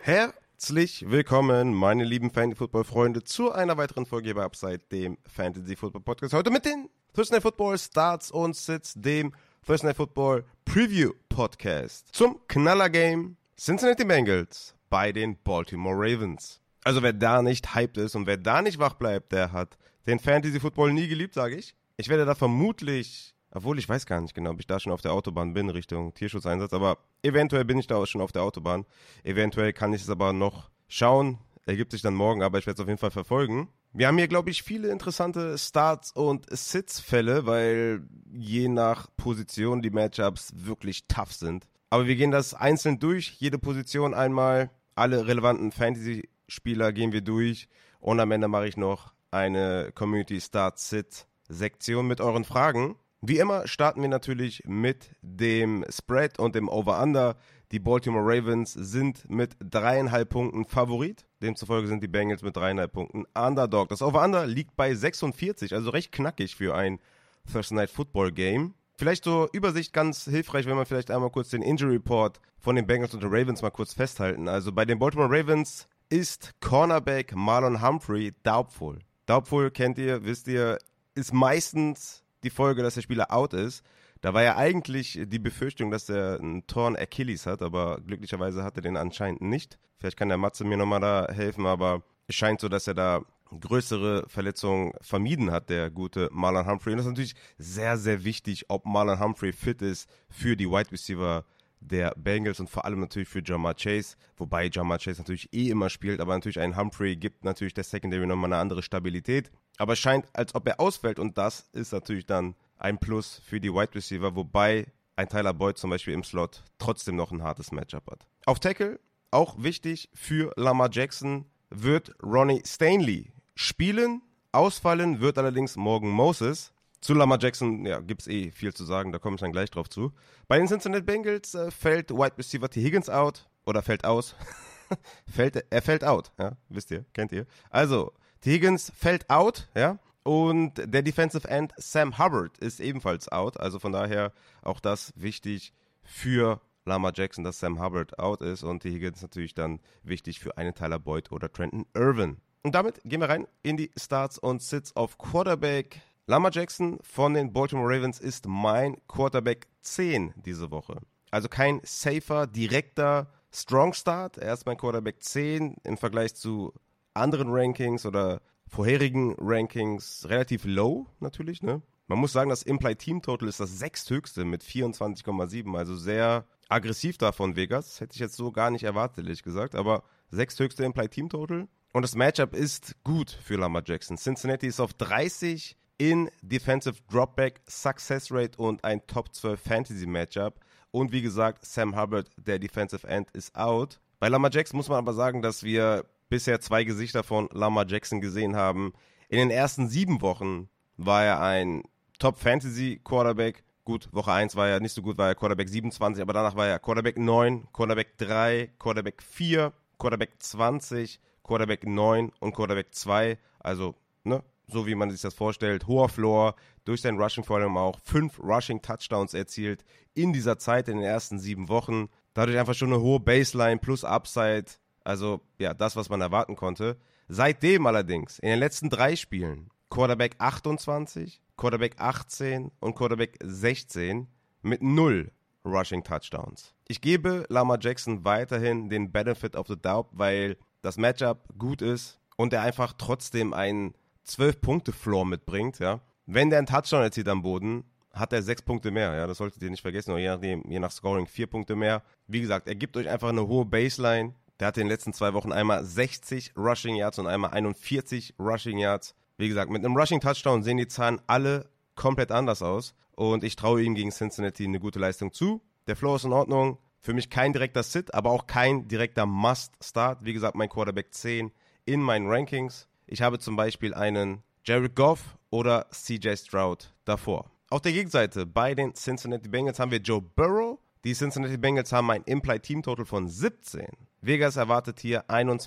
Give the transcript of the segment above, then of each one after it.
Herzlich willkommen, meine lieben Fantasy-Football-Freunde, zu einer weiteren Folge bei Upside, dem Fantasy-Football-Podcast. Heute mit den Thursday Night Football Starts und Sits, dem Thursday Night Football Preview-Podcast zum Knaller-Game Cincinnati Bengals bei den Baltimore Ravens. Also wer da nicht hyped ist und wer da nicht wach bleibt, der hat den Fantasy-Football nie geliebt, sage ich. Ich werde da vermutlich... Obwohl, ich weiß gar nicht genau, ob ich da schon auf der Autobahn bin, Richtung Tierschutzeinsatz. Aber eventuell bin ich da auch schon auf der Autobahn. Eventuell kann ich es aber noch schauen. Ergibt sich dann morgen, aber ich werde es auf jeden Fall verfolgen. Wir haben hier, glaube ich, viele interessante Starts- und Sits-Fälle, weil je nach Position die Matchups wirklich tough sind. Aber wir gehen das einzeln durch. Jede Position einmal. Alle relevanten Fantasy-Spieler gehen wir durch. Und am Ende mache ich noch eine Community-Start-Sit-Sektion mit euren Fragen. Wie immer starten wir natürlich mit dem Spread und dem Over-Under. Die Baltimore Ravens sind mit 3,5 Punkten Favorit. Demzufolge sind die Bengals mit 3,5 Punkten Underdog. Das Over-Under liegt bei 46, also recht knackig für ein Thursday Night Football Game. Vielleicht zur Übersicht ganz hilfreich, wenn wir vielleicht einmal kurz den Injury Report von den Bengals und den Ravens mal kurz festhalten. Also bei den Baltimore Ravens ist Cornerback Marlon Humphrey doubtful. Doubtful kennt ihr, wisst ihr, ist meistens die Folge, dass der Spieler out ist. Da war ja eigentlich die Befürchtung, dass er einen Torn Achilles hat, aber glücklicherweise hat er den anscheinend nicht. Vielleicht kann der Matze mir nochmal da helfen, aber es scheint so, dass er da größere Verletzungen vermieden hat, der gute Marlon Humphrey. Und das ist natürlich sehr, sehr wichtig, ob Marlon Humphrey fit ist für die Wide Receiver der Bengals und vor allem natürlich für Ja'Marr Chase, wobei Ja'Marr Chase natürlich immer spielt, aber natürlich ein Humphrey gibt natürlich der Secondary nochmal eine andere Stabilität. Aber es scheint, als ob er ausfällt und das ist natürlich dann ein Plus für die Wide Receiver, wobei ein Tyler Boyd zum Beispiel im Slot trotzdem noch ein hartes Matchup hat. Auf Tackle, auch wichtig für Lamar Jackson, wird Ronnie Stanley spielen. Ausfallen wird allerdings Morgan Moses. Zu Lamar Jackson, ja, gibt's viel zu sagen, da komme ich dann gleich drauf zu. Bei den Cincinnati Bengals fällt Wide Receiver T. Higgins out, oder fällt aus. Er fällt out, ja, wisst ihr, kennt ihr. Also, T. Higgins fällt out, ja, und der Defensive End Sam Hubbard ist ebenfalls out, also von daher auch das wichtig für Lamar Jackson, dass Sam Hubbard out ist und T. Higgins natürlich dann wichtig für einen Tyler Boyd oder Trenton Irwin. Und damit gehen wir rein in die Starts und Sits auf Quarterback. Lamar Jackson von den Baltimore Ravens ist mein Quarterback 10 diese Woche. Also kein safer, direkter Strong Start. Er ist mein Quarterback 10 im Vergleich zu anderen Rankings oder vorherigen Rankings relativ low natürlich. Ne? Man muss sagen, das Implied Team Total ist das sechsthöchste mit 24,7. Also sehr aggressiv da von Vegas. Hätte ich jetzt so gar nicht erwartet, ehrlich gesagt. Aber sechsthöchste Implied Team Total. Und das Matchup ist gut für Lamar Jackson. Cincinnati ist auf 30 in Defensive Dropback, Success Rate und ein Top 12 Fantasy Matchup. Und wie gesagt, Sam Hubbard, der Defensive End, ist out. Bei Lamar Jackson muss man aber sagen, dass wir bisher zwei Gesichter von Lamar Jackson gesehen haben. In den ersten 7 Wochen war er ein Top Fantasy Quarterback. Gut, Woche 1 war er nicht so gut, war er Quarterback 27, aber danach war er Quarterback 9, Quarterback 3, Quarterback 4, Quarterback 20, Quarterback 9 und Quarterback 2. Also, ne? So wie man sich das vorstellt, hoher Floor, durch sein Rushing vor allem auch 5 Rushing-Touchdowns erzielt in dieser Zeit, in den ersten 7 Wochen. Dadurch einfach schon eine hohe Baseline plus Upside, also ja, das, was man erwarten konnte. Seitdem allerdings, in den letzten 3 Spielen, Quarterback 28, Quarterback 18 und Quarterback 16 mit 0 Rushing-Touchdowns. Ich gebe Lamar Jackson weiterhin den Benefit of the Doubt, weil das Matchup gut ist und er einfach trotzdem einen 12-Punkte-Floor mitbringt, ja. Wenn der einen Touchdown erzielt am Boden, hat er 6 Punkte mehr, ja. Das solltet ihr nicht vergessen, oder je nach Scoring 4 Punkte mehr. Wie gesagt, er gibt euch einfach eine hohe Baseline. Der hatte in den letzten 2 Wochen einmal 60 Rushing Yards und einmal 41 Rushing Yards. Wie gesagt, mit einem Rushing Touchdown sehen die Zahlen alle komplett anders aus. Und ich traue ihm gegen Cincinnati eine gute Leistung zu. Der Floor ist in Ordnung. Für mich kein direkter Sit, aber auch kein direkter Must-Start. Wie gesagt, mein Quarterback 10 in meinen Rankings. Ich habe zum Beispiel einen Jared Goff oder CJ Stroud davor. Auf der Gegenseite bei den Cincinnati Bengals haben wir Joe Burrow. Die Cincinnati Bengals haben ein Implied Team Total von 17. Vegas erwartet hier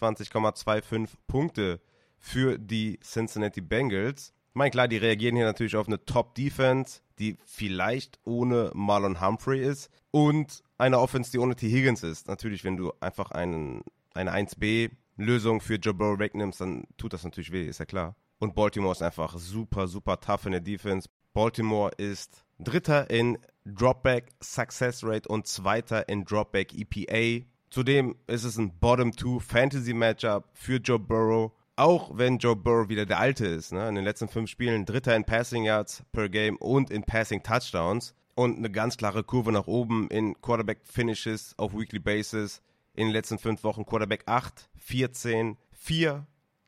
21,25 Punkte für die Cincinnati Bengals. Ich meine, klar, die reagieren hier natürlich auf eine Top-Defense, die vielleicht ohne Marlon Humphrey ist und eine Offense, die ohne T. Higgins ist. Natürlich, wenn du einfach einen eine 1B-Lösung für Joe Burrow wegnimmst, dann tut das natürlich weh, ist ja klar. Und Baltimore ist einfach super, super tough in der Defense. Baltimore ist Dritter in Dropback Success Rate und Zweiter in Dropback EPA. Zudem ist es ein Bottom-2 Fantasy-Matchup für Joe Burrow. Auch wenn Joe Burrow wieder der Alte ist. Ne? In den letzten 5 Spielen Dritter in Passing Yards per Game und in Passing Touchdowns. Und eine ganz klare Kurve nach oben in Quarterback Finishes auf Weekly Basis. In den letzten 5 Wochen Quarterback 8, 14, 4,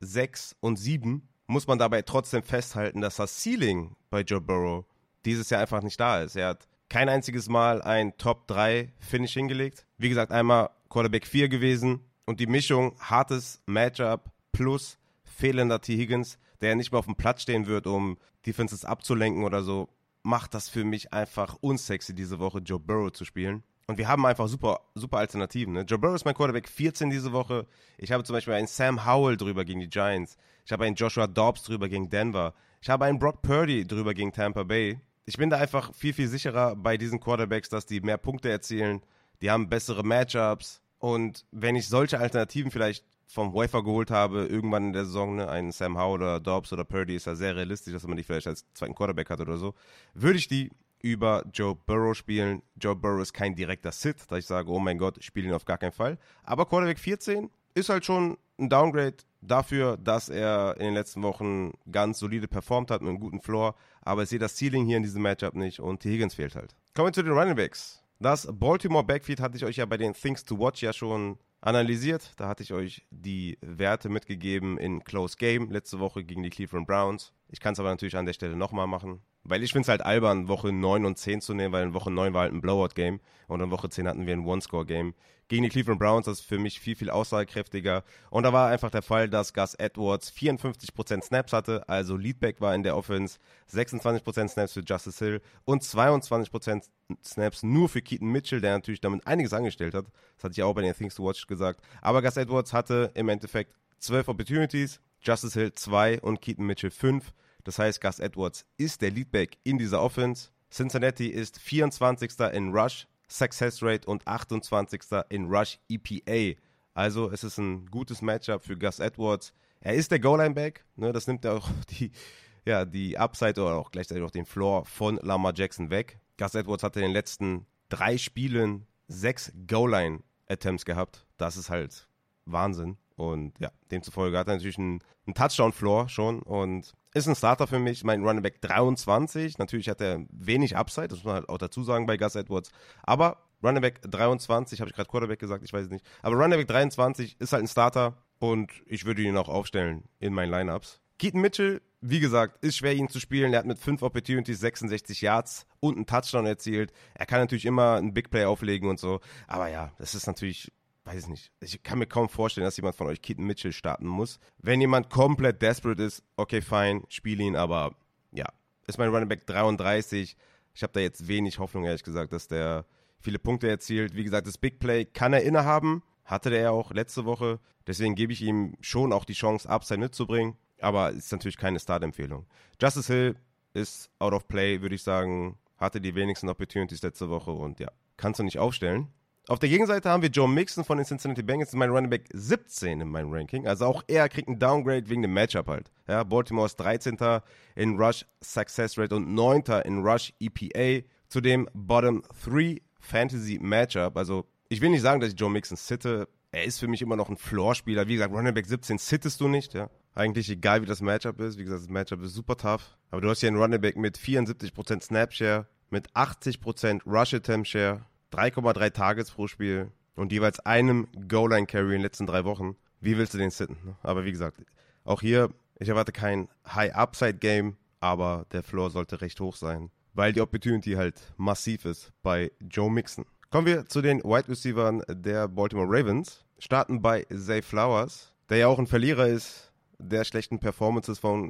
6 und 7. Muss man dabei trotzdem festhalten, dass das Ceiling bei Joe Burrow dieses Jahr einfach nicht da ist. Er hat kein einziges Mal ein Top-3-Finish hingelegt. Wie gesagt, einmal Quarterback 4 gewesen. Und die Mischung hartes Matchup plus fehlender T. Higgins, der nicht mehr auf dem Platz stehen wird, um Defenses abzulenken oder so, macht das für mich einfach unsexy, diese Woche Joe Burrow zu spielen. Und wir haben einfach super, super Alternativen. Ne? Joe Burrow ist mein Quarterback 14 diese Woche. Ich habe zum Beispiel einen Sam Howell drüber gegen die Giants. Ich habe einen Joshua Dobbs drüber gegen Denver. Ich habe einen Brock Purdy drüber gegen Tampa Bay. Ich bin da einfach viel, viel sicherer bei diesen Quarterbacks, dass die mehr Punkte erzielen. Die haben bessere Matchups. Und wenn ich solche Alternativen vielleicht vom Waiver geholt habe, irgendwann in der Saison, ne, einen Sam Howell oder Dobbs oder Purdy, ist ja sehr realistisch, dass man die vielleicht als zweiten Quarterback hat oder so, würde ich die über Joe Burrow spielen. Joe Burrow ist kein direkter Sit, da ich sage, oh mein Gott, ich spiele ihn auf gar keinen Fall. Aber Quarterback 14 ist halt schon ein Downgrade dafür, dass er in den letzten Wochen ganz solide performt hat mit einem guten Floor. Aber ich sehe das Ceiling hier in diesem Matchup nicht und T. Higgins fehlt halt. Kommen wir zu den Running Backs. Das Baltimore Backfield hatte ich euch ja bei den Things to Watch ja schon analysiert. Da hatte ich euch die Werte mitgegeben in Close Game letzte Woche gegen die Cleveland Browns. Ich kann es aber natürlich an der Stelle nochmal machen, weil ich finde es halt albern, Woche 9 und 10 zu nehmen, weil in Woche 9 war halt ein Blowout-Game und in Woche 10 hatten wir ein One-Score-Game. Gegen die Cleveland Browns, das ist für mich viel, viel aussagekräftiger. Und da war einfach der Fall, dass Gus Edwards 54% Snaps hatte, also Leadback war in der Offense, 26% Snaps für Justice Hill und 22% Snaps nur für Keaton Mitchell, der natürlich damit einiges angestellt hat. Das hatte ich auch bei den Things to Watch gesagt. Aber Gus Edwards hatte im Endeffekt 12 Opportunities, Justice Hill 2 und Keaton Mitchell 5. Das heißt, Gus Edwards ist der Leadback in dieser Offense. Cincinnati ist 24. in Rush Success Rate und 28. in Rush EPA. Also es ist ein gutes Matchup für Gus Edwards. Er ist der Goal-Line-Back. Ne, das nimmt ja auch die Upside oder auch gleichzeitig auch den Floor von Lamar Jackson weg. Gus Edwards hatte in den letzten 3 Spielen 6 Goal-Line-Attempts gehabt. Das ist halt Wahnsinn. Und ja, demzufolge hat er natürlich einen Touchdown-Floor schon und ist ein Starter für mich. Mein Running Back 23. Natürlich hat er wenig Upside, das muss man halt auch dazu sagen bei Gus Edwards. Aber Running Back 23, habe ich gerade Quarterback gesagt, ich weiß es nicht. Aber Running Back 23 ist halt ein Starter und ich würde ihn auch aufstellen in meinen Lineups. Keaton Mitchell, wie gesagt, ist schwer ihn zu spielen. Er hat mit 5 Opportunities 66 Yards und einen Touchdown erzielt. Er kann natürlich immer einen Big Play auflegen und so. Aber ja, das ist natürlich, weiß ich nicht. Ich kann mir kaum vorstellen, dass jemand von euch Keaton Mitchell starten muss. Wenn jemand komplett desperate ist, okay, fein, spiele ihn, aber ja, ist mein Running Back 33. Ich habe da jetzt wenig Hoffnung, ehrlich gesagt, dass der viele Punkte erzielt. Wie gesagt, das Big Play kann er innehaben, hatte der ja auch letzte Woche. Deswegen gebe ich ihm schon auch die Chance, Upside mitzubringen, aber ist natürlich keine Start-Empfehlung. Justice Hill ist out of play, würde ich sagen, hatte die wenigsten Opportunities letzte Woche und ja, kannst du nicht aufstellen. Auf der Gegenseite haben wir Joe Mixon von den Cincinnati Bengals, mein Running Back 17 in meinem Ranking. Also auch er kriegt einen Downgrade wegen dem Matchup halt. Ja, Baltimore ist 13. in Rush Success Rate und 9. in Rush EPA. Zudem Bottom 3 Fantasy Matchup. Also ich will nicht sagen, dass ich Joe Mixon sitte. Er ist für mich immer noch ein Floor-Spieler. Wie gesagt, Running Back 17 sittest du nicht. Ja. Eigentlich egal, wie das Matchup ist. Wie gesagt, das Matchup ist super tough. Aber du hast hier einen Running Back mit 74% Snap-Share, mit 80% Rush-Attempt-Share, 3,3 Targets pro Spiel und jeweils einem Goal-Line-Carry in den letzten 3 Wochen. Wie willst du den sitten? Aber wie gesagt, auch hier, ich erwarte kein High-Upside-Game, aber der Floor sollte recht hoch sein, weil die Opportunity halt massiv ist bei Joe Mixon. Kommen wir zu den Wide Receivers der Baltimore Ravens. Starten bei Zay Flowers, der ja auch ein Verlierer ist der schlechten Performances von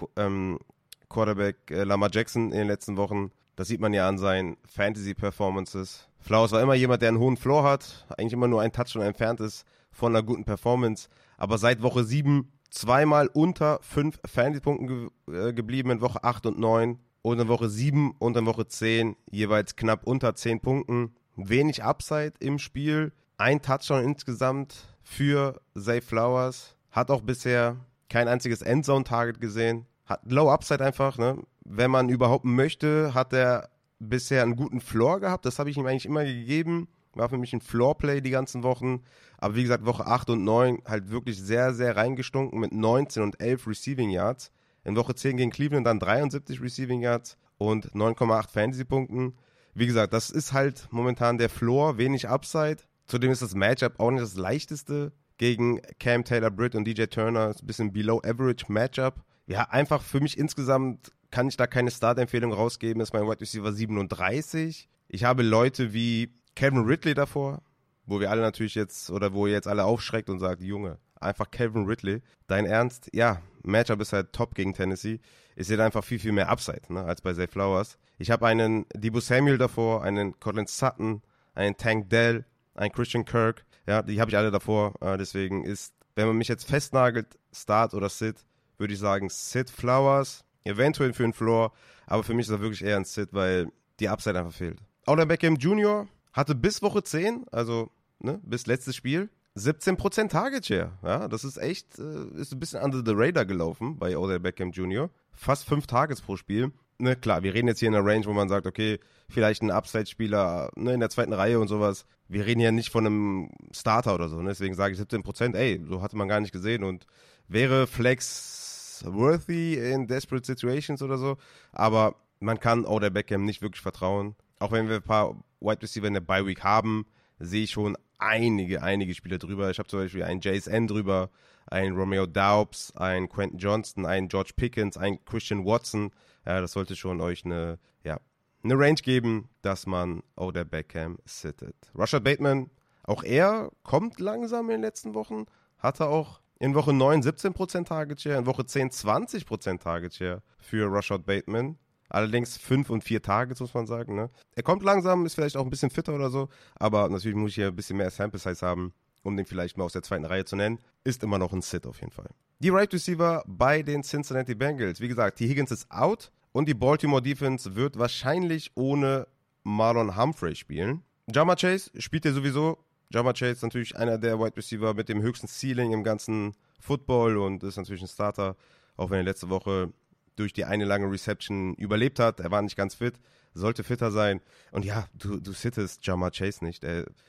Quarterback Lamar Jackson in den letzten Wochen. Das sieht man ja an seinen Fantasy-Performances. Flowers war immer jemand, der einen hohen Floor hat, eigentlich immer nur ein Touchdown entfernt ist von einer guten Performance. Aber seit Woche 7 zweimal unter 5 Fantasy-Punkten geblieben in Woche 8 und 9. Und in Woche 7 und in Woche 10 jeweils knapp unter 10 Punkten. Wenig Upside im Spiel. Ein Touchdown insgesamt für Zay Flowers. Hat auch bisher kein einziges Endzone-Target gesehen. Hat Low Upside einfach, ne? Wenn man überhaupt möchte, hat er bisher einen guten Floor gehabt. Das habe ich ihm eigentlich immer gegeben. War für mich ein Floor-Play die ganzen Wochen. Aber wie gesagt, Woche 8 und 9 halt wirklich sehr, sehr reingestunken mit 19 und 11 Receiving Yards. In Woche 10 gegen Cleveland dann 73 Receiving Yards und 9,8 Fantasy-Punkten. Wie gesagt, das ist halt momentan der Floor, wenig Upside. Zudem ist das Matchup auch nicht das leichteste gegen Cam Taylor-Britt und DJ Turner. Ist ein bisschen Below-Average Matchup. Ja, einfach für mich insgesamt kann ich da keine Start-Empfehlung rausgeben. Ist mein Wide Receiver 37. Ich habe Leute wie Calvin Ridley davor, wo wir alle natürlich jetzt, oder wo ihr jetzt alle aufschreckt und sagt, Junge, einfach Calvin Ridley. Dein Ernst? Ja, Matchup ist halt top gegen Tennessee. Ist halt einfach viel, viel mehr Upside, ne, als bei Zay Flowers. Ich habe einen Deebo Samuel davor, einen Cortland Sutton, einen Tank Dell, einen Christian Kirk. Ja, die habe ich alle davor. Deswegen ist, wenn man mich jetzt festnagelt, Start oder Sit, würde ich sagen Sit Flowers, eventuell für einen Floor, aber für mich ist das wirklich eher ein Sit, weil die Upside einfach fehlt. Odell Beckham Jr. hatte bis Woche 10, also bis letztes Spiel, 17% Target Share. Ja, das ist echt, ist ein bisschen under the radar gelaufen bei Odell Beckham Jr. Fast 5 Targets pro Spiel. Ne, klar, wir reden jetzt hier in einer Range, wo man sagt, okay, vielleicht ein Upside-Spieler in der zweiten Reihe und sowas. Wir reden ja nicht von einem Starter oder so, ne? Deswegen sage ich 17%, ey, so hatte man gar nicht gesehen und wäre Flex-worthy in desperate situations oder so, aber man kann Odell Beckham nicht wirklich vertrauen. Auch wenn wir ein paar Wide Receiver in der Bye-Week haben, sehe ich schon einige Spieler drüber. Ich habe zum Beispiel einen JSN drüber, einen Romeo Doubs, einen Quentin Johnston, einen George Pickens, einen Christian Watson. Ja, das sollte schon euch eine Range geben, dass man Odell Beckham sittet. Rashad Bateman, auch er kommt langsam in den letzten Wochen, hatte auch in Woche 9 17% Target Share, in Woche 10 20% Target Share für Rashad Bateman. Allerdings 5 und 4 Targets, muss man sagen. Ne? Er kommt langsam, ist vielleicht auch ein bisschen fitter oder so, aber natürlich muss ich hier ein bisschen mehr Sample Size haben, um den vielleicht mal aus der zweiten Reihe zu nennen. Ist immer noch ein Sit auf jeden Fall. Die Right Receiver bei den Cincinnati Bengals. Wie gesagt, T. Higgins ist out und die Baltimore Defense wird wahrscheinlich ohne Marlon Humphrey spielen. Ja'Marr Chase spielt ja sowieso. Ja'Marr Chase ist natürlich einer der Wide Receiver mit dem höchsten Ceiling im ganzen Football und ist natürlich ein Starter, auch wenn er letzte Woche durch die eine lange Reception überlebt hat. Er war nicht ganz fit, sollte fitter sein. Und ja, du sittest Ja'Marr Chase nicht.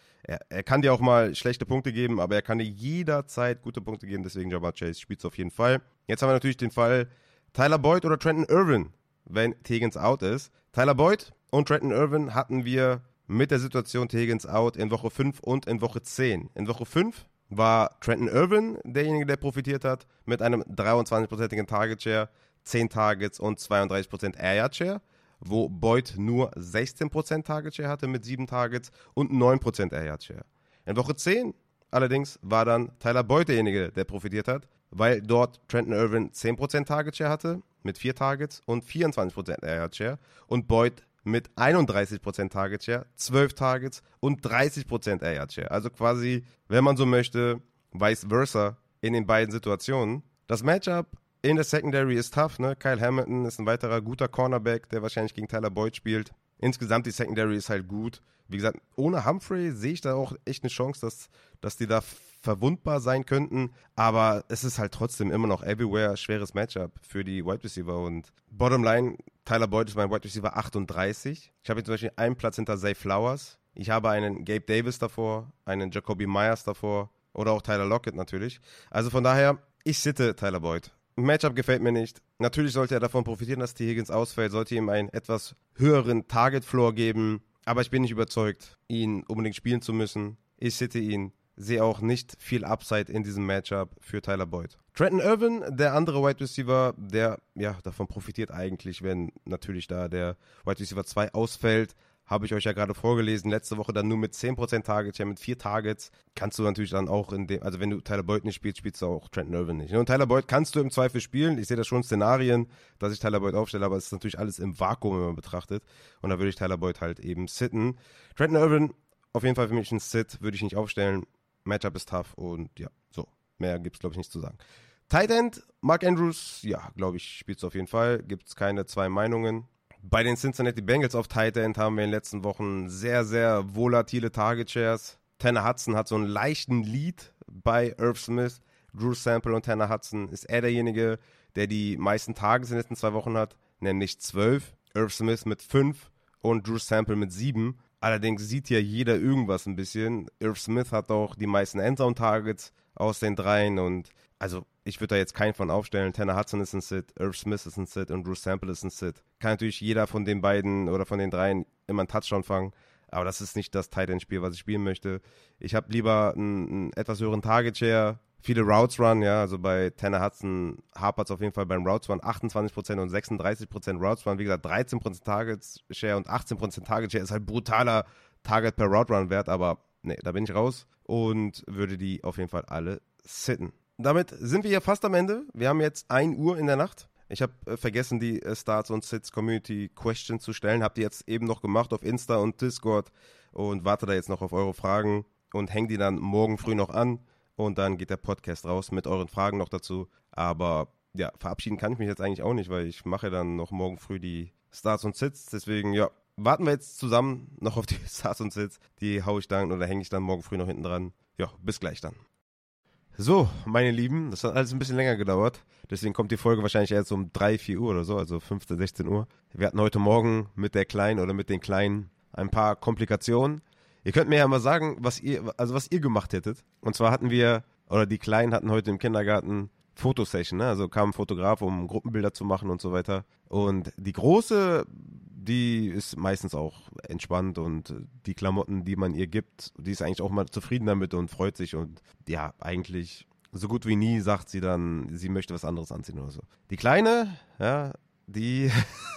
Er kann dir auch mal schlechte Punkte geben, aber er kann dir jederzeit gute Punkte geben. Deswegen Ja'Marr Chase spielt es auf jeden Fall. Jetzt haben wir natürlich den Fall Tyler Boyd oder Trenton Irwin, wenn Higgins out ist. Tyler Boyd und Trenton Irwin hatten wir mit der Situation Higgins out in Woche 5 und in Woche 10. In Woche 5 war Trenton Irwin derjenige, der profitiert hat, mit einem 23%igen Target Share, 10 Targets und 32% Air Yard Share, wo Boyd nur 16% Target Share hatte mit 7 Targets und 9% Air Yard Share. In Woche 10 allerdings war dann Tyler Boyd derjenige, der profitiert hat, weil dort Trenton Irwin 10% Target Share hatte mit 4 Targets und 24% Air Yard Share und Boyd mit 31% Target Share, 12 Targets und 30% Air Yard Share. Also quasi, wenn man so möchte, vice versa in den beiden Situationen. Das Matchup in der Secondary ist tough, ne? Kyle Hamilton ist ein weiterer guter Cornerback, der wahrscheinlich gegen Tyler Boyd spielt. Insgesamt die Secondary ist halt gut. Wie gesagt, ohne Humphrey sehe ich da auch echt eine Chance, dass die da verwundbar sein könnten. Aber es ist halt trotzdem immer noch everywhere schweres Matchup für die Wide Receiver. Und Bottomline, Tyler Boyd ist mein Wide Receiver 38. Ich habe jetzt zum Beispiel einen Platz hinter Zay Flowers. Ich habe einen Gabe Davis davor, einen Jacoby Myers davor oder auch Tyler Lockett natürlich. Also von daher, ich sitte Tyler Boyd. Matchup gefällt mir nicht. Natürlich sollte er davon profitieren, dass T. Higgins ausfällt, sollte ihm einen etwas höheren Target-Floor geben, aber ich bin nicht überzeugt, ihn unbedingt spielen zu müssen. Ich sitte ihn, sehe auch nicht viel Upside in diesem Matchup für Tyler Boyd. Trenton Irwin, der andere Wide Receiver, der davon profitiert eigentlich, wenn natürlich da der Wide Receiver 2 ausfällt. Habe ich euch ja gerade vorgelesen, letzte Woche dann nur mit 10% Target Share, mit 4 Targets, kannst du natürlich dann auch also wenn du Tyler Boyd nicht spielst, spielst du auch Trenton Irwin nicht. Und Tyler Boyd kannst du im Zweifel spielen, ich sehe da schon Szenarien, dass ich Tyler Boyd aufstelle, aber es ist natürlich alles im Vakuum, wenn man betrachtet. Und da würde ich Tyler Boyd halt eben sitten. Trenton Irwin, auf jeden Fall für mich ein Sit, würde ich nicht aufstellen. Matchup ist tough und ja, so, mehr gibt es glaube ich nicht zu sagen. Tight End, Mark Andrews, ja, glaube ich, spielst du auf jeden Fall, gibt es keine zwei Meinungen. Bei den Cincinnati Bengals auf Tight End haben wir in den letzten Wochen sehr, sehr volatile Target Shares. Tanner Hudson hat so einen leichten Lead, bei Irv Smith, Drew Sample und Tanner Hudson ist er derjenige, der die meisten Targets in den letzten 2 Wochen hat, nämlich 12. Irv Smith mit 5 und Drew Sample mit 7. Allerdings sieht ja jeder irgendwas ein bisschen. Irv Smith hat auch die meisten Endzone-Targets aus den dreien und also ich würde da jetzt keinen von aufstellen. Tanner Hudson ist ein Sit, Irv Smith ist ein Sit und Drew Sample ist ein Sit. Kann natürlich jeder von den beiden oder von den dreien immer einen Touchdown fangen, aber das ist nicht das Tight End Spiel, was ich spielen möchte. Ich habe lieber einen etwas höheren Target Share, viele Routes Run, ja, also bei Tanner Hudson hapert es auf jeden Fall beim Routes Run 28% und 36% Routes Run. Wie gesagt, 13% Target Share und 18% Target Share ist halt brutaler Target per Route Run Wert, aber nee, da bin ich raus und würde die auf jeden Fall alle sitten. Damit sind wir hier fast am Ende. Wir haben jetzt 1 Uhr in der Nacht. Ich habe vergessen, die Starts und Sits Community Questions zu stellen. Habt ihr jetzt eben noch gemacht auf Insta und Discord und warte da jetzt noch auf eure Fragen und hängt die dann morgen früh noch an und dann geht der Podcast raus mit euren Fragen noch dazu. Aber ja, verabschieden kann ich mich jetzt eigentlich auch nicht, weil ich mache dann noch morgen früh die Starts und Sits. Deswegen, ja, warten wir jetzt zusammen noch auf die Starts und Sits. Die haue ich dann oder hänge ich dann morgen früh noch hinten dran. Ja, bis gleich dann. So, meine Lieben, das hat alles ein bisschen länger gedauert. Deswegen kommt die Folge wahrscheinlich erst um 3, 4 Uhr oder so, also 15, 16 Uhr. Wir hatten heute Morgen mit der Kleinen oder mit den Kleinen ein paar Komplikationen. Ihr könnt mir ja mal sagen, was ihr gemacht hättet. Und zwar hatten wir, oder die Kleinen hatten heute im Kindergarten Fotosession, ne? Also kam ein Fotograf, um Gruppenbilder zu machen und so weiter. Und die Große, die ist meistens auch entspannt und die Klamotten, die man ihr gibt, die ist eigentlich auch mal zufrieden damit und freut sich und ja, eigentlich so gut wie nie sagt sie dann, sie möchte was anderes anziehen oder so. Die Kleine, ja, die,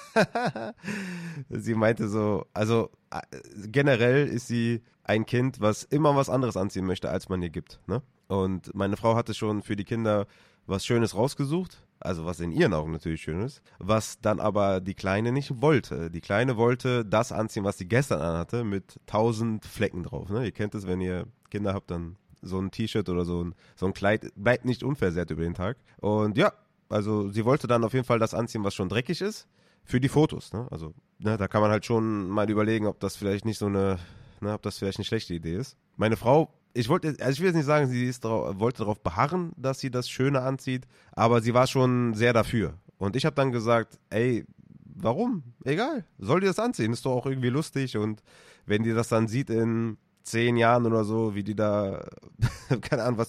sie meinte so, also generell ist sie ein Kind, was immer was anderes anziehen möchte, als man ihr gibt, ne? Und meine Frau hatte schon für die Kinder was Schönes rausgesucht, also was in ihren Augen natürlich schön ist, was dann aber die Kleine nicht wollte. Die Kleine wollte das anziehen, was sie gestern anhatte, mit 1000 Flecken drauf. Ne? Ihr kennt es, wenn ihr Kinder habt, dann so ein T-Shirt oder so ein Kleid bleibt nicht unversehrt über den Tag. Und ja, also sie wollte dann auf jeden Fall das anziehen, was schon dreckig ist, für die Fotos. Ne? Also ne, da kann man halt schon mal überlegen, ob das vielleicht nicht ob das vielleicht eine schlechte Idee ist. Meine Frau, ich will jetzt nicht sagen, wollte darauf beharren, dass sie das Schöne anzieht, aber sie war schon sehr dafür. Und ich habe dann gesagt, ey, warum? Egal, soll die das anziehen? Ist doch auch irgendwie lustig und wenn die das dann sieht in 10 Jahren oder so, wie die da, keine Ahnung,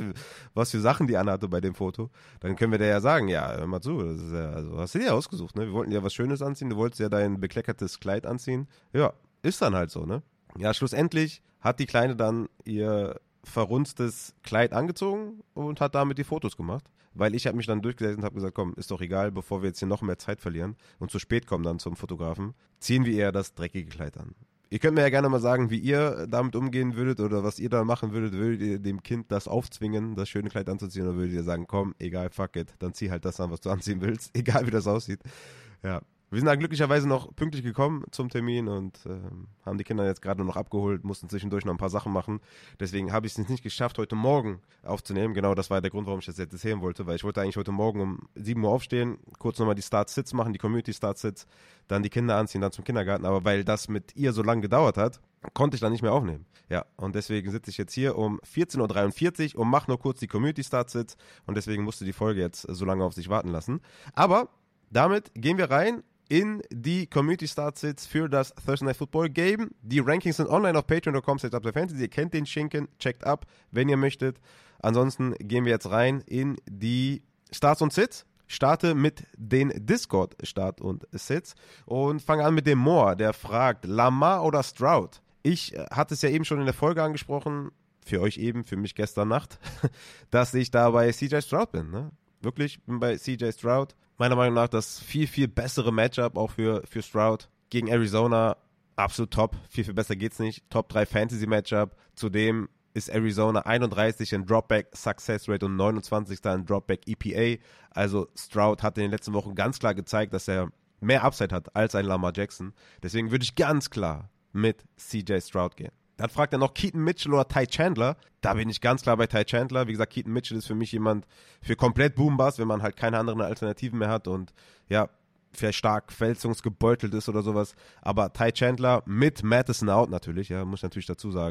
was für Sachen die anhatte bei dem Foto, dann können wir der ja sagen, ja, hör mal zu, das ist ja, also hast du dir ja ausgesucht, ne? Wir wollten ja was Schönes anziehen, du wolltest ja dein bekleckertes Kleid anziehen. Ja, ist dann halt so, ne? Ja, schlussendlich hat die Kleine dann ihr verrunstes Kleid angezogen und hat damit die Fotos gemacht. Weil ich habe mich dann durchgesetzt und habe gesagt, komm, ist doch egal, bevor wir jetzt hier noch mehr Zeit verlieren und zu spät kommen dann zum Fotografen, ziehen wir eher das dreckige Kleid an. Ihr könnt mir ja gerne mal sagen, wie ihr damit umgehen würdet oder was ihr da machen würdet. Würdet ihr dem Kind das aufzwingen, das schöne Kleid anzuziehen, oder würdet ihr sagen, komm, egal, fuck it, dann zieh halt das an, was du anziehen willst, egal wie das aussieht. Ja. Wir sind dann glücklicherweise noch pünktlich gekommen zum Termin und haben die Kinder jetzt gerade noch abgeholt, mussten zwischendurch noch ein paar Sachen machen. Deswegen habe ich es nicht geschafft, heute Morgen aufzunehmen. Genau, das war der Grund, warum ich das jetzt erzählen wollte, weil ich wollte eigentlich heute Morgen um 7 Uhr aufstehen, kurz nochmal die Start-Sits machen, die Community-Start-Sits, dann die Kinder anziehen, dann zum Kindergarten. Aber weil das mit ihr so lange gedauert hat, konnte ich dann nicht mehr aufnehmen. Ja, und deswegen sitze ich jetzt hier um 14.43 Uhr und mache nur kurz die Community-Start-Sits und deswegen musste die Folge jetzt so lange auf sich warten lassen. Aber damit gehen wir rein in die Community Startsits für das Thursday Night Football Game. Die Rankings sind online auf patreon.com/upthefantasy. Ihr kennt den Schinken, checkt ab, wenn ihr möchtet. Ansonsten gehen wir jetzt rein in die Starts und Sits. Starte mit den Discord-Start und Sits und fange an mit dem Moore, der fragt, Lamar oder Stroud? Ich hatte es ja eben schon in der Folge angesprochen, für euch eben, für mich gestern Nacht, dass ich da bei CJ Stroud bin. Ne? Wirklich, bin bei CJ Stroud. Meiner Meinung nach das viel, viel bessere Matchup auch für Stroud gegen Arizona. Absolut top. Viel, viel besser geht's nicht. Top 3 Fantasy-Matchup. Zudem ist Arizona 31 in Dropback Success Rate und 29. in Dropback EPA. Also Stroud hat in den letzten Wochen ganz klar gezeigt, dass er mehr Upside hat als ein Lamar Jackson. Deswegen würde ich ganz klar mit CJ Stroud gehen. Dann fragt er noch Keaton Mitchell oder Ty Chandler. Da bin ich ganz klar bei Ty Chandler. Wie gesagt, Keaton Mitchell ist für mich jemand für komplett Boom-Bust, wenn man halt keine anderen Alternativen mehr hat und ja, vielleicht stark verletzungsgebeutelt ist oder sowas. Aber Ty Chandler mit Mattison out natürlich, ja, muss ich natürlich dazu sagen.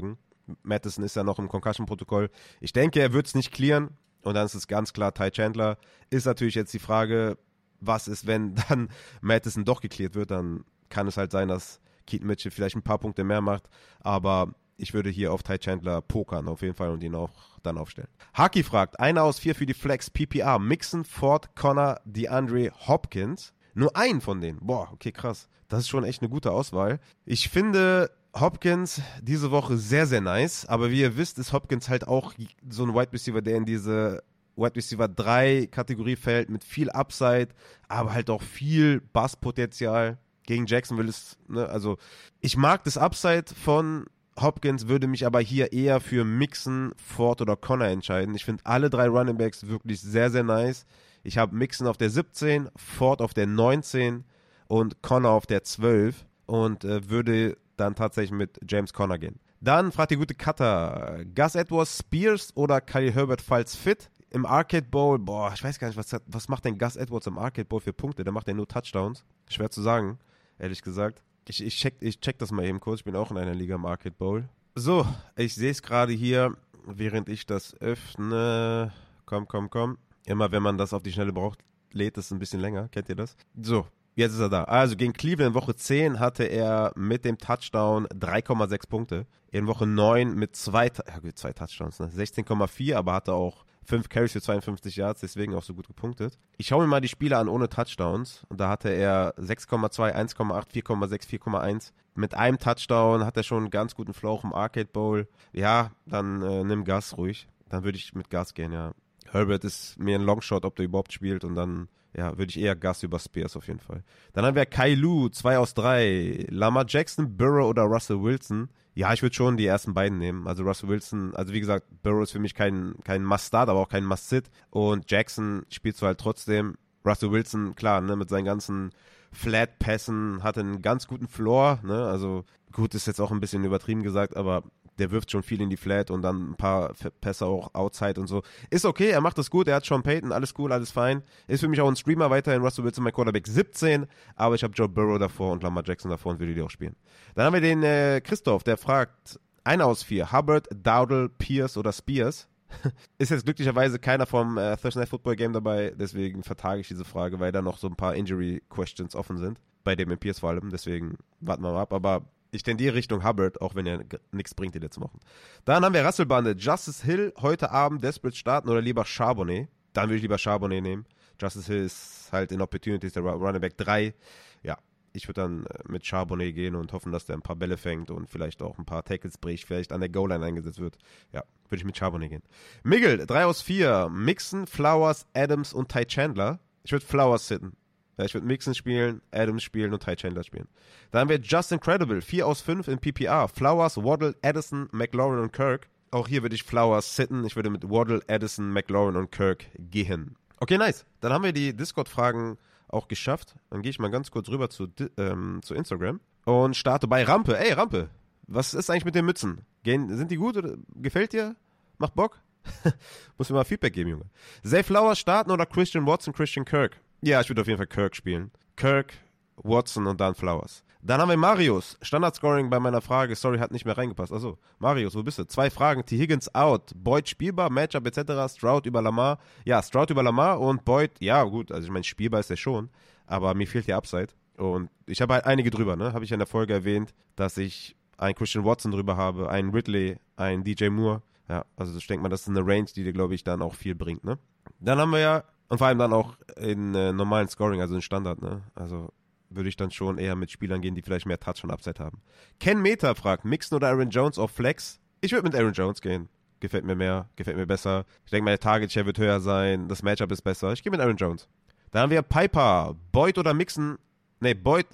Mattison ist ja noch im Concussion-Protokoll. Ich denke, er wird es nicht clearen. Und dann ist es ganz klar Ty Chandler. Ist natürlich jetzt die Frage, was ist, wenn dann Mattison doch gecleart wird. Dann kann es halt sein, dass Keaton Mitchell vielleicht ein paar Punkte mehr macht. Aber ich würde hier auf Ty Chandler pokern auf jeden Fall und ihn auch dann aufstellen. Haki fragt, 1 aus 4 für die Flex PPR. Mixon, Ford, Connor, DeAndre Hopkins. Nur einen von denen. Boah, okay, krass. Das ist schon echt eine gute Auswahl. Ich finde Hopkins diese Woche sehr, sehr nice. Aber wie ihr wisst, ist Hopkins halt auch so ein Wide Receiver, der in diese Wide Receiver 3 Kategorie fällt, mit viel Upside, aber halt auch viel Basspotenzial. Gegen Jacksonville ist, ne, also ich mag das Upside von Hopkins, würde mich aber hier eher für Mixon, Ford oder Connor entscheiden. Ich finde alle 3 Running Backs wirklich sehr, sehr nice. Ich habe Mixon auf der 17, Ford auf der 19 und Connor auf der 12 und würde dann tatsächlich mit James Conner gehen. Dann fragt die gute Cutter, Gus Edwards, Spears oder Khalil Herbert falls fit? Im Arcade Bowl, boah, ich weiß gar nicht, was macht denn Gus Edwards im Arcade Bowl für Punkte? Der macht ja nur Touchdowns. Schwer zu sagen, ehrlich gesagt. Ich check das mal eben kurz. Ich bin auch in einer Liga im Arcade Bowl. So, ich sehe es gerade hier, während ich das öffne. Komm. Immer wenn man das auf die Schnelle braucht, lädt es ein bisschen länger. Kennt ihr das? So, jetzt ist er da. Also gegen Cleveland in Woche 10 hatte er mit dem Touchdown 3,6 Punkte. In Woche 9 mit zwei Touchdowns, ne? 16,4, aber hatte auch 5 Carries für 52 Yards, deswegen auch so gut gepunktet. Ich schaue mir mal die Spiele an ohne Touchdowns. Und da hatte er 6,2, 1,8, 4,6, 4,1. Mit einem Touchdown hat er schon einen ganz guten Flow auch im Arcade Bowl. Ja, dann nimm Gus ruhig. Dann würde ich mit Gus gehen, ja. Herbert ist mir ein Longshot, ob der überhaupt spielt. Und dann, ja, würde ich eher Gus über Spears auf jeden Fall. Dann haben wir Kai Lu, 2 aus 3. Lamar Jackson, Burrow oder Russell Wilson. Ja, ich würde schon die ersten beiden nehmen. Also Russell Wilson, also wie gesagt, Burrow ist für mich kein Must-Start, aber auch kein Must-Sit. Und Jackson spielst du halt trotzdem. Russell Wilson, klar, ne, mit seinen ganzen Flat-Pässen hat einen ganz guten Floor. Ne? Also gut, ist jetzt auch ein bisschen übertrieben gesagt, aber der wirft schon viel in die Flat und dann ein paar Pässe auch outside und so. Ist okay, er macht das gut, er hat Sean Payton, alles cool, alles fein. Ist für mich auch ein Streamer weiterhin, Russell Wilson, mein Quarterback 17, aber ich habe Joe Burrow davor und Lamar Jackson davor und würde die auch spielen. Dann haben wir den Christoph, der fragt, 1 aus 4, Hubbard, Dowdle, Pierce oder Spears? Ist jetzt glücklicherweise keiner vom Thursday Night Football Game dabei, deswegen vertage ich diese Frage, weil da noch so ein paar Injury-Questions offen sind, bei dem Pierce vor allem, deswegen warten wir mal ab, aber ich tendiere Richtung Hubbard, auch wenn er nichts bringt, den jetzt zu machen. Dann haben wir Rasselbande. Justice Hill heute Abend desperate starten oder lieber Charbonnet? Dann würde ich lieber Charbonnet nehmen. Justice Hill ist halt in Opportunities der Running Back 3. Ja, ich würde dann mit Charbonnet gehen und hoffen, dass der ein paar Bälle fängt und vielleicht auch ein paar Tackles bricht, vielleicht an der Goal-Line eingesetzt wird. Ja, würde ich mit Charbonnet gehen. Miguel, 3 aus 4. Mixon, Flowers, Adams und Ty Chandler. Ich würde Flowers sitten. Ja, ich würde Mixon spielen, Adams spielen und Ty Chandler spielen. Dann haben wir Just Incredible, 4 aus 5 in PPR. Flowers, Waddle, Addison, McLaurin und Kirk. Auch hier würde ich Flowers sitten. Ich würde mit Waddle, Addison, McLaurin und Kirk gehen. Okay, nice. Dann haben wir die Discord-Fragen auch geschafft. Dann gehe ich mal ganz kurz rüber zu Instagram und starte bei Rampe. Ey, Rampe, was ist eigentlich mit den Mützen? Sind die gut oder gefällt dir? Macht Bock? Muss mir mal Feedback geben, Junge. Zay Flowers starten oder Christian Watson, Christian Kirk? Ja, ich würde auf jeden Fall Kirk spielen. Kirk, Watson und dann Flowers. Dann haben wir Marius. Standard-Scoring bei meiner Frage. Sorry, hat nicht mehr reingepasst. Achso, Marius, wo bist du? 2 Fragen. T. Higgins out. Boyd spielbar, Matchup etc. Stroud über Lamar. Ja, Stroud über Lamar und Boyd, ja gut, also ich meine, spielbar ist er schon. Aber mir fehlt die Upside. Und ich habe halt einige drüber, ne? Habe ich in der Folge erwähnt, dass ich einen Christian Watson drüber habe, einen Ridley, einen DJ Moore. Ja, also ich denke mal, das ist eine Range, die dir, glaube ich, dann auch viel bringt, ne? Dann haben wir ja und vor allem dann auch in normalen Scoring, also in Standard, ne? Also würde ich dann schon eher mit Spielern gehen, die vielleicht mehr Touch und Upside haben. Ken Meta fragt, Mixon oder Aaron Jones auf Flex? Ich würde mit Aaron Jones gehen. Gefällt mir mehr, gefällt mir besser. Ich denke, meine Target-Share wird höher sein, das Matchup ist besser. Ich gehe mit Aaron Jones. Dann haben wir Piper, Boyd oder Mixon. Boyd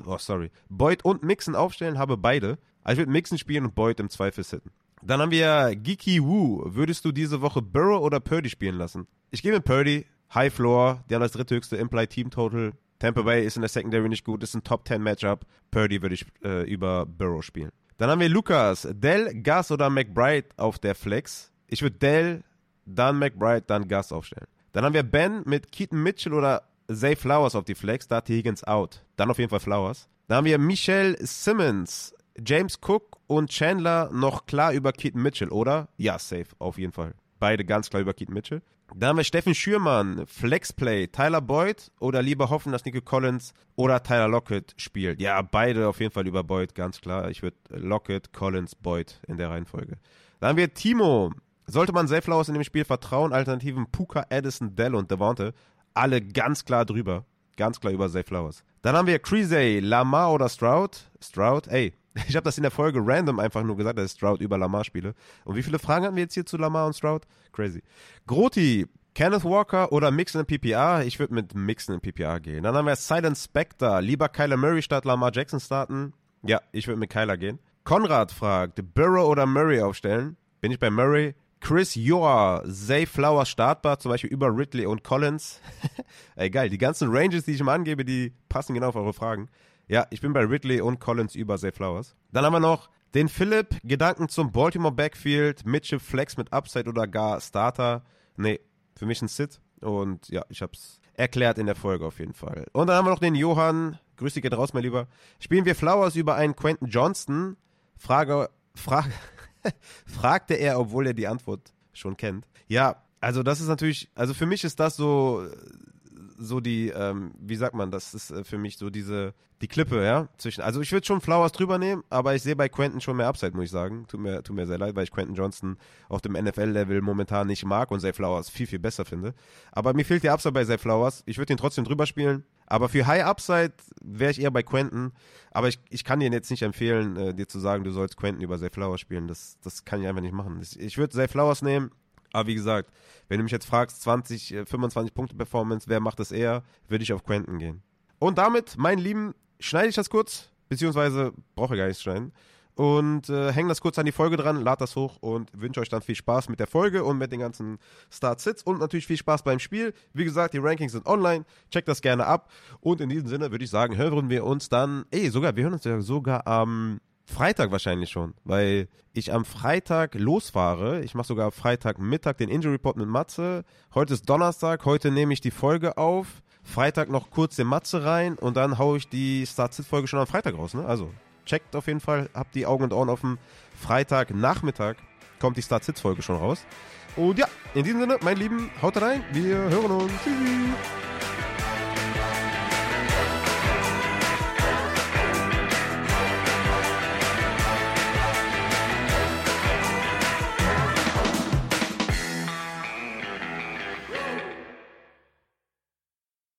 und Mixon aufstellen, habe beide. Also ich würde Mixon spielen und Boyd im Zweifel sitten. Dann haben wir Geeky Woo. Würdest du diese Woche Burrow oder Purdy spielen lassen? Ich gehe mit Purdy. High Floor, die haben das dritthöchste Implied Team Total. Tampa Bay ist in der Secondary nicht gut, ist ein Top 10 Matchup. Purdy würde ich über Burrow spielen. Dann haben wir Lukas, Dell, Gus oder McBride auf der Flex. Ich würde Dell, dann McBride, dann Gus aufstellen. Dann haben wir Ben mit Keaton Mitchell oder Zay Flowers auf die Flex, da hat Higgins out. Dann auf jeden Fall Flowers. Dann haben wir Michelle Simmons. James Cook und Chandler noch klar über Keaton Mitchell, oder? Ja, safe, auf jeden Fall. Beide ganz klar über Keaton Mitchell. Da haben wir Steffen Schürmann, Flexplay, Tyler Boyd oder lieber hoffen, dass Nico Collins oder Tyler Lockett spielt. Ja, beide auf jeden Fall über Boyd, ganz klar. Ich würde Lockett, Collins, Boyd in der Reihenfolge. Dann haben wir Timo. Sollte man Zay Flowers in dem Spiel vertrauen? Alternativen Puka, Addison, Dell und Devonte. Alle ganz klar drüber. Ganz klar über Zay Flowers. Dann haben wir Creasy, Lamar oder Stroud. Stroud, ey. Ich habe das in der Folge random einfach nur gesagt, dass ich Stroud über Lamar spiele. Und wie viele Fragen hatten wir jetzt hier zu Lamar und Stroud? Crazy. Groti, Kenneth Walker oder Mixon in PPR? Ich würde mit Mixon in PPR gehen. Dann haben wir Silent Spectre. Lieber Kyler Murray statt Lamar Jackson starten? Ja, ich würde mit Kyler gehen. Konrad fragt, Burrow oder Murray aufstellen? Bin ich bei Murray? Chris Joa, Zay Flowers startbar, zum Beispiel über Ridley und Collins. Ey, geil. Die ganzen Ranges, die ich immer angebe, die passen genau auf eure Fragen. Ja, ich bin bei Ridley und Collins über Zay Flowers. Dann haben wir noch den Philipp. Gedanken zum Baltimore Backfield. Mitchell Flex mit Upside oder gar Starter. Nee, für mich ein Sit. Und ja, ich hab's erklärt in der Folge auf jeden Fall. Und dann haben wir noch den Johann. Grüß dich, geht raus, mein Lieber. Spielen wir Flowers über einen Quentin Johnston? Fragte er, obwohl er die Antwort schon kennt. Ja, also das ist natürlich, also für mich ist das so die, wie sagt man, das ist für mich so die Klippe, ja, zwischen, also ich würde schon Flowers drüber nehmen, aber ich sehe bei Quentin schon mehr Upside, muss ich sagen. Tut mir sehr leid, weil ich Quentin Johnston auf dem NFL-Level momentan nicht mag und Zay Flowers viel, viel besser finde. Aber mir fehlt die Upside bei Zay Flowers. Ich würde ihn trotzdem drüber spielen. Aber für High Upside wäre ich eher bei Quentin. Aber ich kann dir jetzt nicht empfehlen, dir zu sagen, du sollst Quentin über Zay Flowers spielen. Das kann ich einfach nicht machen. Ich würde Zay Flowers nehmen. Aber wie gesagt, wenn du mich jetzt fragst, 20, 25 Punkte Performance, wer macht das eher, würde ich auf Quentin gehen. Und damit, mein Lieben, schneide ich das kurz, beziehungsweise brauche ich gar nicht schneiden. Und hänge das kurz an die Folge dran, lad das hoch und wünsche euch dann viel Spaß mit der Folge und mit den ganzen Start-Sits und natürlich viel Spaß beim Spiel. Wie gesagt, die Rankings sind online, checkt das gerne ab. Und in diesem Sinne würde ich sagen, hören wir uns dann, wir hören uns ja sogar am Freitag wahrscheinlich schon, weil ich am Freitag losfahre. Ich mache sogar Freitagmittag den Injury Report mit Matze. Heute ist Donnerstag, heute nehme ich die Folge auf. Freitag noch kurz den Matze rein und dann haue ich die Start-Sit-Folge schon am Freitag raus, ne? Also checkt auf jeden Fall, habt die Augen und Ohren offen. Freitagnachmittag kommt die Start-Sit-Folge schon raus. Und ja, in diesem Sinne, mein Lieben, haut rein, wir hören uns. Tschüss.